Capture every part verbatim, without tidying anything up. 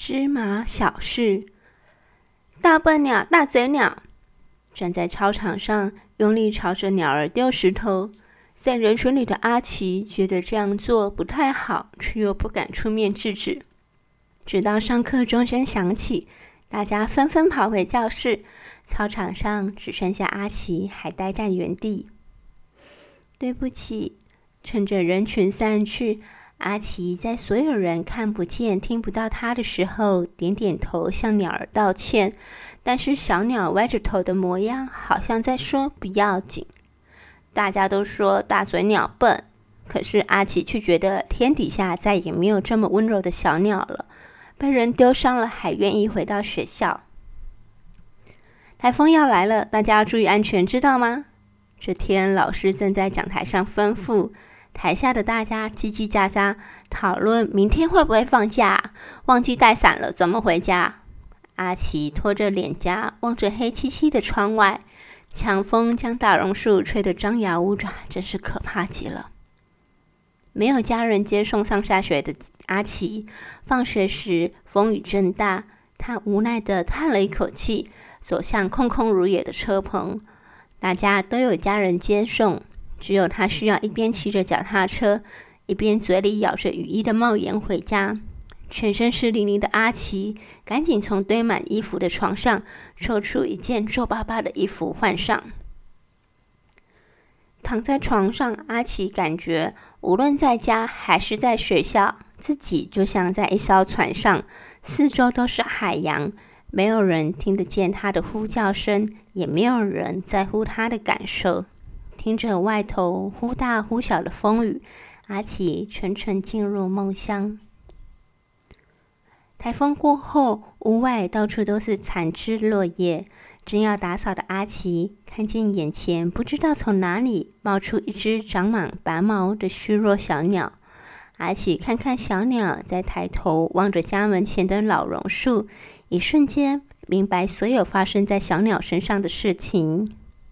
芝麻小事。大笨鸟，大嘴鸟，站在操场上用力朝着鸟儿丢石头。在人群里的阿奇觉得这样做不太好，却又不敢出面制止。直到上课钟声响起，大家纷纷跑回教室，操场上只剩下阿奇还呆在原地。对不起，趁着人群散去，阿奇在所有人看不见听不到他的时候点点头向鸟儿道歉，但是小鸟歪着头的模样好像在说不要紧。大家都说大嘴鸟笨，可是阿奇却觉得天底下再也没有这么温柔的小鸟了，被人丢伤了还愿意回到学校。台风要来了，大家要注意安全，知道吗？这天老师正在讲台上吩咐，台下的大家叽叽喳喳讨论明天会不会放假，忘记带伞了怎么回家。阿奇拖着脸颊望着黑漆漆的窗外，强风将大榕树吹得张牙舞爪，真是可怕极了。没有家人接送上下学的阿奇，放学时风雨正大，他无奈地叹了一口气，走向空空如也的车棚。大家都有家人接送，只有他需要一边骑着脚踏车，一边嘴里咬着雨衣的帽檐回家。全身湿淋淋的阿奇赶紧从堆满衣服的床上抽出一件皱巴巴的衣服换上。躺在床上，阿奇感觉无论在家还是在学校，自己就像在一艘船上，四周都是海洋，没有人听得见他的呼叫声，也没有人在乎他的感受。听着外头忽大忽小的风雨，阿奇沉沉进入梦乡。台风过后，屋外到处都是残枝落叶，正要打扫的阿奇看见眼前不知道从哪里冒出一只长满白毛的虚弱小鸟。阿奇看看小鸟，再抬头望着家门前的老榕树，一瞬间明白所有发生在小鸟身上的事情。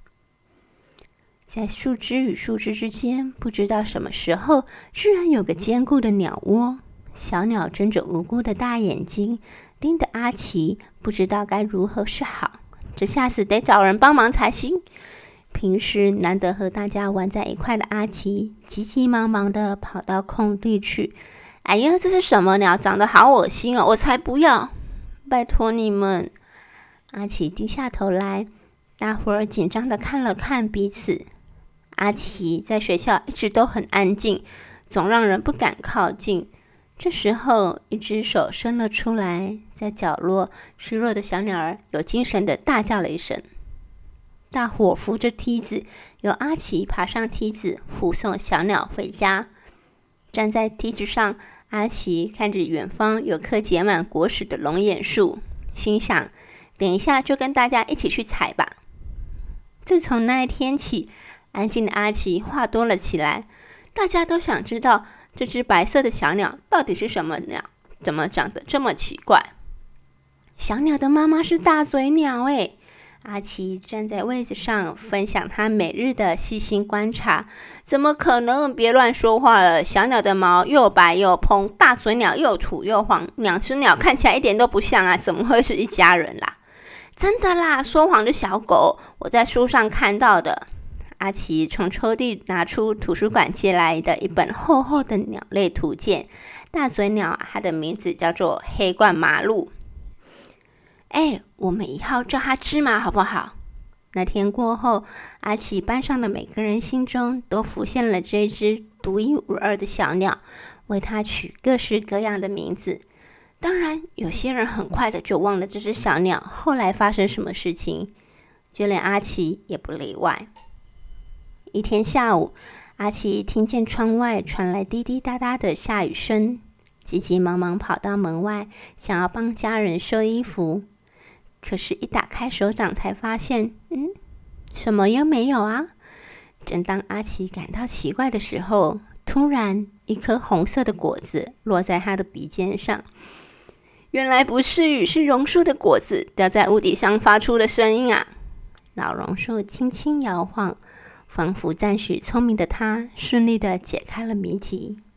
在树枝与树枝之间，不知道什么时候居然有个坚固的鸟窝。小鸟睁着无辜的大眼睛盯着阿奇，不知道该如何是好，这下子得找人帮忙才行。平时难得和大家玩在一块的阿奇急急忙忙地跑到空地去。哎呀，这是什么鸟？长得好恶心哦！我才不要！拜托你们！阿奇低下头来，大伙儿紧张地看了看彼此。阿奇在学校一直都很安静，总让人不敢靠近。这时候，一只手伸了出来，在角落虚弱的小鸟儿有精神地大叫了一声。大伙扶着梯子，由阿奇爬上梯子，护送小鸟回家。站在梯子上，阿奇看着远方有棵结满果实的龙眼树，心想：等一下就跟大家一起去采吧。自从那一天起，安静的阿奇话多了起来，大家都想知道这只白色的小鸟到底是什么鸟，怎么长得这么奇怪？小鸟的妈妈是大嘴鸟诶。阿奇站在位子上，分享他每日的细心观察。怎么可能？别乱说话了！小鸟的毛又白又蓬，大嘴鸟又土又黄，两只鸟看起来一点都不像啊，怎么会是一家人啦？真的啦，说谎的小狗，我在书上看到的。阿奇从抽屉拿出图书馆借来的一本厚厚的鸟类图鉴。大嘴鸟，它的名字叫做黑冠麻鹭。哎，我们以后叫它芝麻好不好？那天过后，阿奇班上的每个人心中都浮现了这只独一无二的小鸟，为它取各式各样的名字。当然，有些人很快的就忘了这只小鸟后来发生什么事情，就连阿奇也不例外。一天下午，阿奇听见窗外传来滴滴答答的下雨声，急急忙忙跑到门外，想要帮家人收衣服。可是，一打开手掌才发现，嗯，什么也没有啊！正当阿奇感到奇怪的时候，突然一颗红色的果子落在他的鼻尖上。原来不是雨，是榕树的果子掉在屋顶上发出的声音啊！老榕树轻轻摇晃，仿佛赞许聪明的他顺利地解开了谜题。